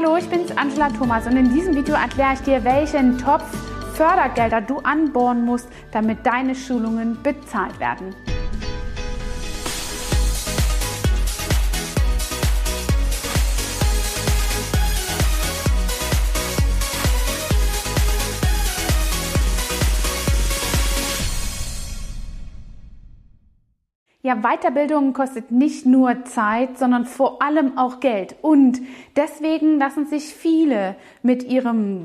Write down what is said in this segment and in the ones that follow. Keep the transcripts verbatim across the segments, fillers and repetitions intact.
Hallo, ich bin's Angela Thomas und in diesem Video erkläre ich dir, welchen Topf Fördergelder du anbohren musst, damit deine Schulungen bezahlt werden. Ja, Weiterbildung kostet nicht nur Zeit, sondern vor allem auch Geld. Und deswegen lassen sich viele mit ihrem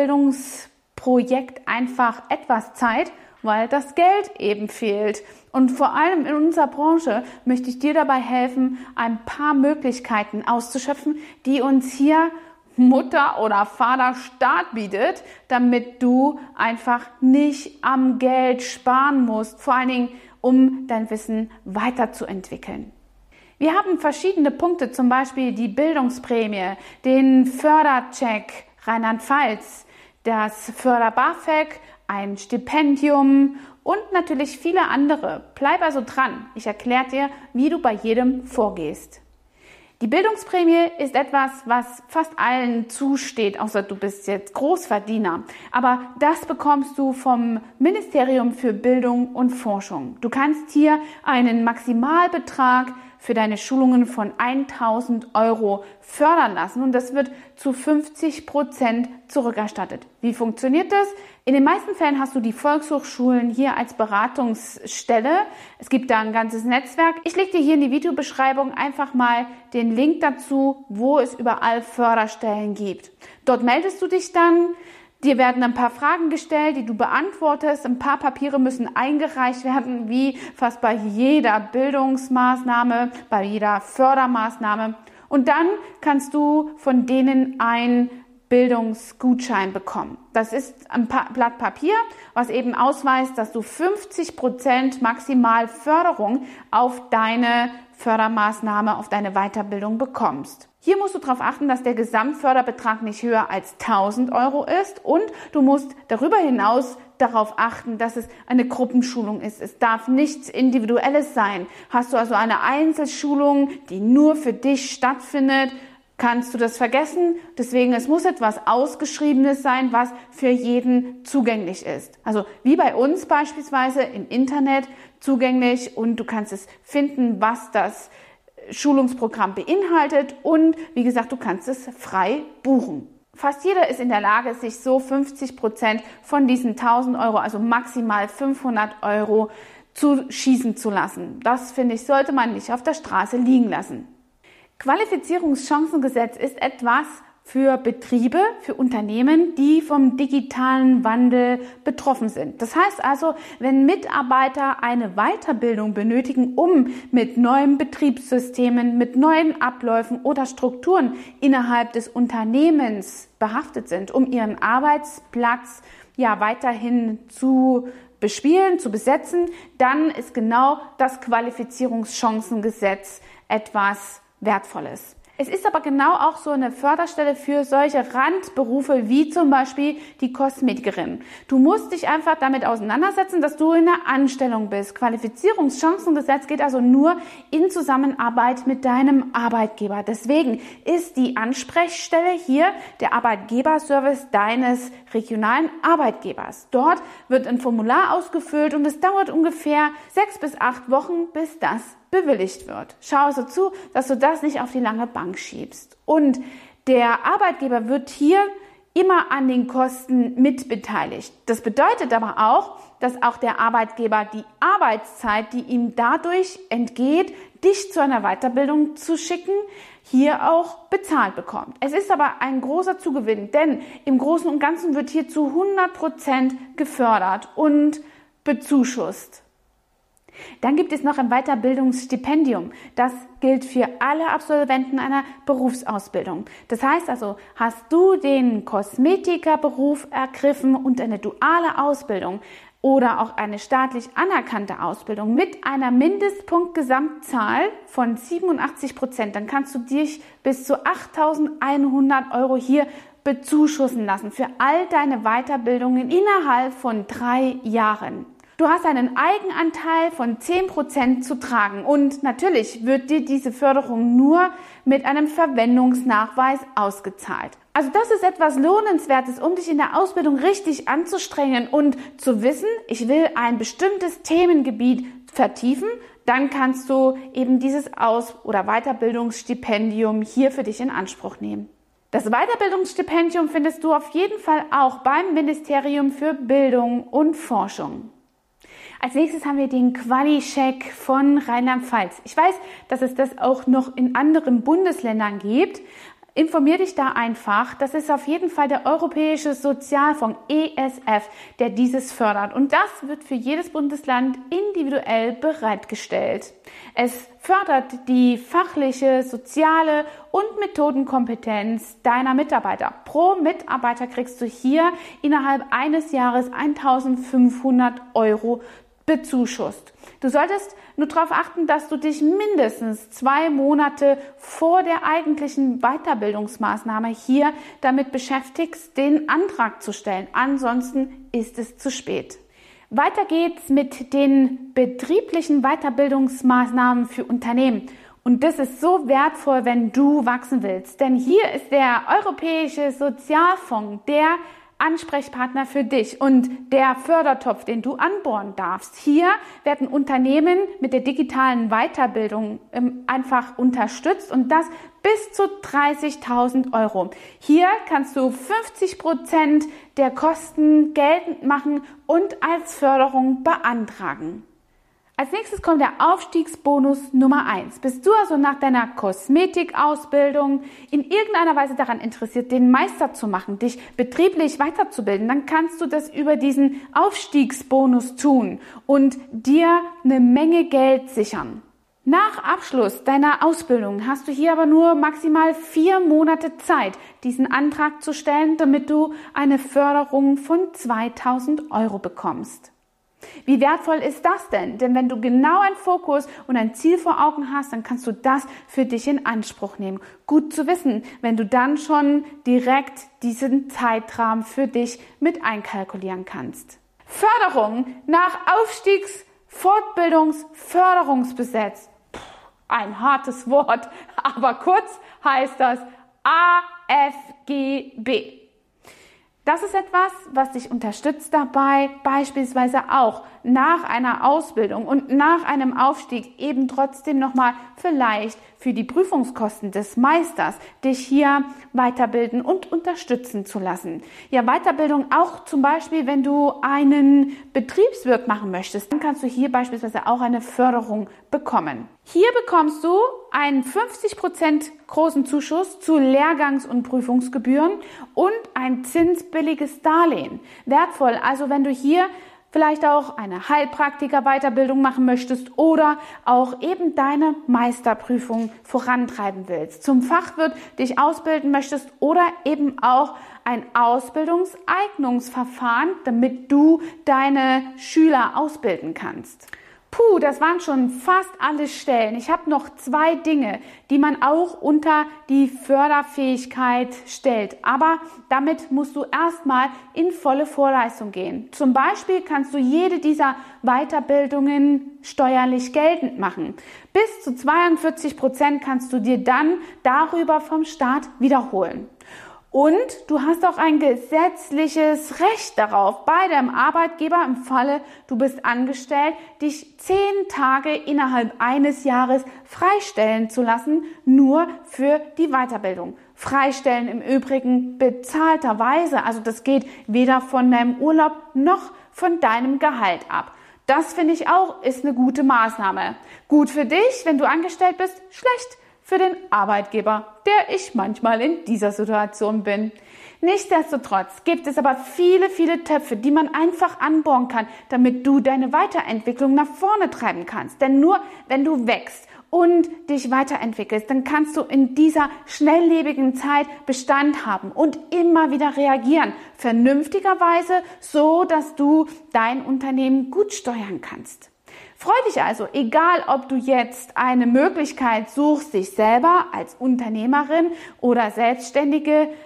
Weiterbildungsprojekt einfach etwas Zeit, weil das Geld eben fehlt. Und vor allem in unserer Branche möchte ich dir dabei helfen, ein paar Möglichkeiten auszuschöpfen, die uns hier Mutter oder Vater Staat bietet, damit du einfach nicht am Geld sparen musst. Vor allen Dingen, um dein Wissen weiterzuentwickeln. Wir haben verschiedene Punkte, zum Beispiel die Bildungsprämie, den Fördercheck Rheinland-Pfalz, das Förder-BAföG, ein Stipendium und natürlich viele andere. Bleib also dran. Ich erkläre dir, wie du bei jedem vorgehst. Die Bildungsprämie ist etwas, was fast allen zusteht, außer du bist jetzt Großverdiener. Aber das bekommst du vom Ministerium für Bildung und Forschung. Du kannst hier einen Maximalbetrag für deine Schulungen von tausend Euro fördern lassen und das wird zu fünfzig Prozent zurückerstattet. Wie funktioniert das? In den meisten Fällen hast du die Volkshochschulen hier als Beratungsstelle. Es gibt da ein ganzes Netzwerk. Ich lege dir hier in die Videobeschreibung einfach mal den Link dazu, wo es überall Förderstellen gibt. Dort meldest du dich dann. Dir werden ein paar Fragen gestellt, die du beantwortest. Ein paar Papiere müssen eingereicht werden, wie fast bei jeder Bildungsmaßnahme, bei jeder Fördermaßnahme. Und dann kannst du von denen ein Bildungsgutschein bekommen. Das ist ein Blatt Papier, was eben ausweist, dass du fünfzig Prozent maximal Förderung auf deine Fördermaßnahme, auf deine Weiterbildung bekommst. Hier musst du darauf achten, dass der Gesamtförderbetrag nicht höher als tausend Euro ist und du musst darüber hinaus darauf achten, dass es eine Gruppenschulung ist. Es darf nichts Individuelles sein. Hast du also eine Einzelschulung, die nur für dich stattfindet, kannst du das vergessen. Deswegen, es muss etwas Ausgeschriebenes sein, was für jeden zugänglich ist. Also wie bei uns beispielsweise im Internet zugänglich und du kannst es finden, was das Schulungsprogramm beinhaltet und wie gesagt, du kannst es frei buchen. Fast jeder ist in der Lage, sich so fünfzig Prozent von diesen tausend Euro, also maximal fünfhundert Euro, zu schießen zu lassen. Das, finde ich, sollte man nicht auf der Straße liegen lassen. Qualifizierungschancengesetz ist etwas für Betriebe, für Unternehmen, die vom digitalen Wandel betroffen sind. Das heißt also, wenn Mitarbeiter eine Weiterbildung benötigen, um mit neuen Betriebssystemen, mit neuen Abläufen oder Strukturen innerhalb des Unternehmens behaftet sind, um ihren Arbeitsplatz ja weiterhin zu bespielen, zu besetzen, dann ist genau das Qualifizierungschancengesetz etwas Wertvolles. Es ist aber genau auch so eine Förderstelle für solche Randberufe wie zum Beispiel die Kosmetikerin. Du musst dich einfach damit auseinandersetzen, dass du in einer Anstellung bist. Qualifizierungschancengesetz geht also nur in Zusammenarbeit mit deinem Arbeitgeber. Deswegen ist die Ansprechstelle hier der Arbeitgeberservice deines regionalen Arbeitgebers. Dort wird ein Formular ausgefüllt und es dauert ungefähr sechs bis acht Wochen, bis das bewilligt wird. Schau also zu, dass du das nicht auf die lange Bank schiebst. Und der Arbeitgeber wird hier immer an den Kosten mitbeteiligt. Das bedeutet aber auch, dass auch der Arbeitgeber die Arbeitszeit, die ihm dadurch entgeht, dich zu einer Weiterbildung zu schicken, hier auch bezahlt bekommt. Es ist aber ein großer Zugewinn, denn im Großen und Ganzen wird hier zu hundert Prozent gefördert und bezuschusst. Dann gibt es noch ein Weiterbildungsstipendium. Das gilt für alle Absolventen einer Berufsausbildung. Das heißt also, hast du den Kosmetikerberuf ergriffen und eine duale Ausbildung oder auch eine staatlich anerkannte Ausbildung mit einer Mindestpunktgesamtzahl von siebenundachtzig Prozent, dann kannst du dich bis zu achttausendeinhundert Euro hier bezuschussen lassen für all deine Weiterbildungen innerhalb von drei Jahren. Du hast einen Eigenanteil von zehn Prozent zu tragen und natürlich wird dir diese Förderung nur mit einem Verwendungsnachweis ausgezahlt. Also das ist etwas Lohnenswertes, um dich in der Ausbildung richtig anzustrengen und zu wissen, ich will ein bestimmtes Themengebiet vertiefen, dann kannst du eben dieses Aus- oder Weiterbildungsstipendium hier für dich in Anspruch nehmen. Das Weiterbildungsstipendium findest du auf jeden Fall auch beim Ministerium für Bildung und Forschung. Als nächstes haben wir den Quali-Check von Rheinland-Pfalz. Ich weiß, dass es das auch noch in anderen Bundesländern gibt. Informier dich da einfach. Das ist auf jeden Fall der Europäische Sozialfonds E S F, der dieses fördert. Und das wird für jedes Bundesland individuell bereitgestellt. Es fördert die fachliche, soziale und Methodenkompetenz deiner Mitarbeiter. Pro Mitarbeiter kriegst du hier innerhalb eines Jahres eintausendfünfhundert Euro bezuschusst. Du solltest nur darauf achten, dass du dich mindestens zwei Monate vor der eigentlichen Weiterbildungsmaßnahme hier damit beschäftigst, den Antrag zu stellen. Ansonsten ist es zu spät. Weiter geht's mit den betrieblichen Weiterbildungsmaßnahmen für Unternehmen. Und das ist so wertvoll, wenn du wachsen willst. Denn hier ist der Europäische Sozialfonds der Ansprechpartner für dich und der Fördertopf, den du anbohren darfst. Hier werden Unternehmen mit der digitalen Weiterbildung ähm, einfach unterstützt und das bis zu dreißigtausend Euro. Hier kannst du fünfzig Prozent der Kosten geltend machen und als Förderung beantragen. Als nächstes kommt der Aufstiegsbonus Nummer eins. Bist du also nach deiner Kosmetikausbildung in irgendeiner Weise daran interessiert, den Meister zu machen, dich betrieblich weiterzubilden, dann kannst du das über diesen Aufstiegsbonus tun und dir eine Menge Geld sichern. Nach Abschluss deiner Ausbildung hast du hier aber nur maximal vier Monate Zeit, diesen Antrag zu stellen, damit du eine Förderung von zweitausend Euro bekommst. Wie wertvoll ist das denn? Denn wenn du genau einen Fokus und ein Ziel vor Augen hast, dann kannst du das für dich in Anspruch nehmen. Gut zu wissen, wenn du dann schon direkt diesen Zeitrahmen für dich mit einkalkulieren kannst. Förderung nach Aufstiegsfortbildungsförderungsgesetz. Puh, ein hartes Wort, aber kurz heißt das A F G B. Das ist etwas, was dich unterstützt dabei, beispielsweise auch nach einer Ausbildung und nach einem Aufstieg eben trotzdem nochmal vielleicht für die Prüfungskosten des Meisters dich hier weiterbilden und unterstützen zu lassen. Ja, Weiterbildung auch zum Beispiel, wenn du einen Betriebswirt machen möchtest, dann kannst du hier beispielsweise auch eine Förderung bekommen. Hier bekommst du einen fünfzig Prozent großen Zuschuss zu Lehrgangs- und Prüfungsgebühren und ein zinsbilliges Darlehen. Wertvoll, also wenn du hier vielleicht auch eine Heilpraktiker-Weiterbildung machen möchtest oder auch eben deine Meisterprüfung vorantreiben willst, zum Fachwirt dich ausbilden möchtest oder eben auch ein Ausbildungseignungsverfahren, damit du deine Schüler ausbilden kannst. Puh, das waren schon fast alle Stellen. Ich habe noch zwei Dinge, die man auch unter die Förderfähigkeit stellt. Aber damit musst du erstmal in volle Vorleistung gehen. Zum Beispiel kannst du jede dieser Weiterbildungen steuerlich geltend machen. Bis zu zweiundvierzig Prozent kannst du dir dann darüber vom Staat wiederholen. Und du hast auch ein gesetzliches Recht darauf, bei deinem Arbeitgeber im Falle, du bist angestellt, dich zehn Tage innerhalb eines Jahres freistellen zu lassen, nur für die Weiterbildung. Freistellen im Übrigen bezahlterweise, also das geht weder von deinem Urlaub noch von deinem Gehalt ab. Das finde ich auch, ist eine gute Maßnahme. Gut für dich, wenn du angestellt bist, schlecht für den Arbeitgeber, der ich manchmal in dieser Situation bin. Nichtsdestotrotz gibt es aber viele, viele Töpfe, die man einfach anbohren kann, damit du deine Weiterentwicklung nach vorne treiben kannst. Denn nur wenn du wächst und dich weiterentwickelst, dann kannst du in dieser schnelllebigen Zeit Bestand haben und immer wieder reagieren. Vernünftigerweise, so dass du dein Unternehmen gut steuern kannst. Freu dich also, egal ob du jetzt eine Möglichkeit suchst, dich selber als Unternehmerin oder Selbstständige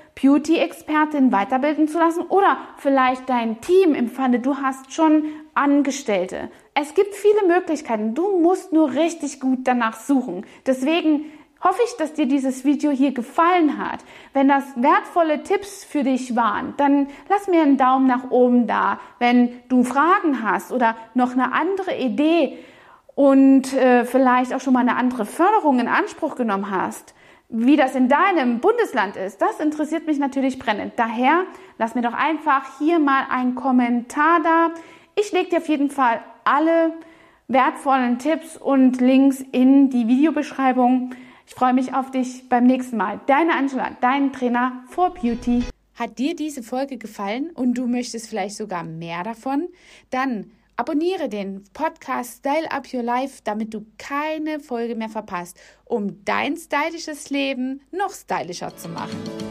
Beauty-Expertin weiterbilden zu lassen oder vielleicht dein Team im Falle, du hast schon Angestellte. Es gibt viele Möglichkeiten. Du musst nur richtig gut danach suchen. Deswegen hoffe ich, dass dir dieses Video hier gefallen hat. Wenn das wertvolle Tipps für dich waren, dann lass mir einen Daumen nach oben da. Wenn du Fragen hast oder noch eine andere Idee und äh, vielleicht auch schon mal eine andere Förderung in Anspruch genommen hast, wie das in deinem Bundesland ist, das interessiert mich natürlich brennend. Daher lass mir doch einfach hier mal einen Kommentar da. Ich lege dir auf jeden Fall alle wertvollen Tipps und Links in die Videobeschreibung. Ich freue mich auf dich beim nächsten Mal. Deine Angela, dein Trainer for Beauty. Hat dir diese Folge gefallen und du möchtest vielleicht sogar mehr davon? Dann abonniere den Podcast Style Up Your Life, damit du keine Folge mehr verpasst, um dein stylisches Leben noch stylischer zu machen.